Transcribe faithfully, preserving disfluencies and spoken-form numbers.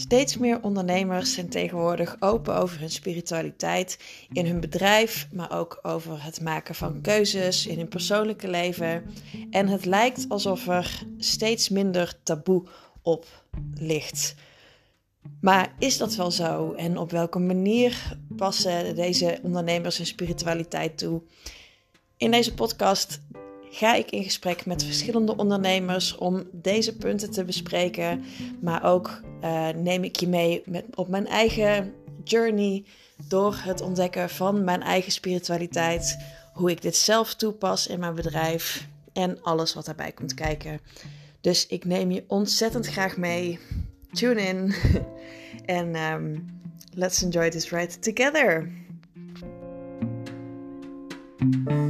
Steeds meer ondernemers zijn tegenwoordig open over hun spiritualiteit in hun bedrijf, maar ook over het maken van keuzes in hun persoonlijke leven. En het lijkt alsof er steeds minder taboe op ligt. Maar is dat wel zo? En op welke manier passen deze ondernemers hun spiritualiteit toe? In deze podcast ga ik in gesprek met verschillende ondernemers om deze punten te bespreken. Maar ook uh, neem ik je mee met, op mijn eigen journey door het ontdekken van mijn eigen spiritualiteit. Hoe ik dit zelf toepas in mijn bedrijf en alles wat daarbij komt kijken. Dus ik neem je ontzettend graag mee. Tune in en um, let's enjoy this ride together.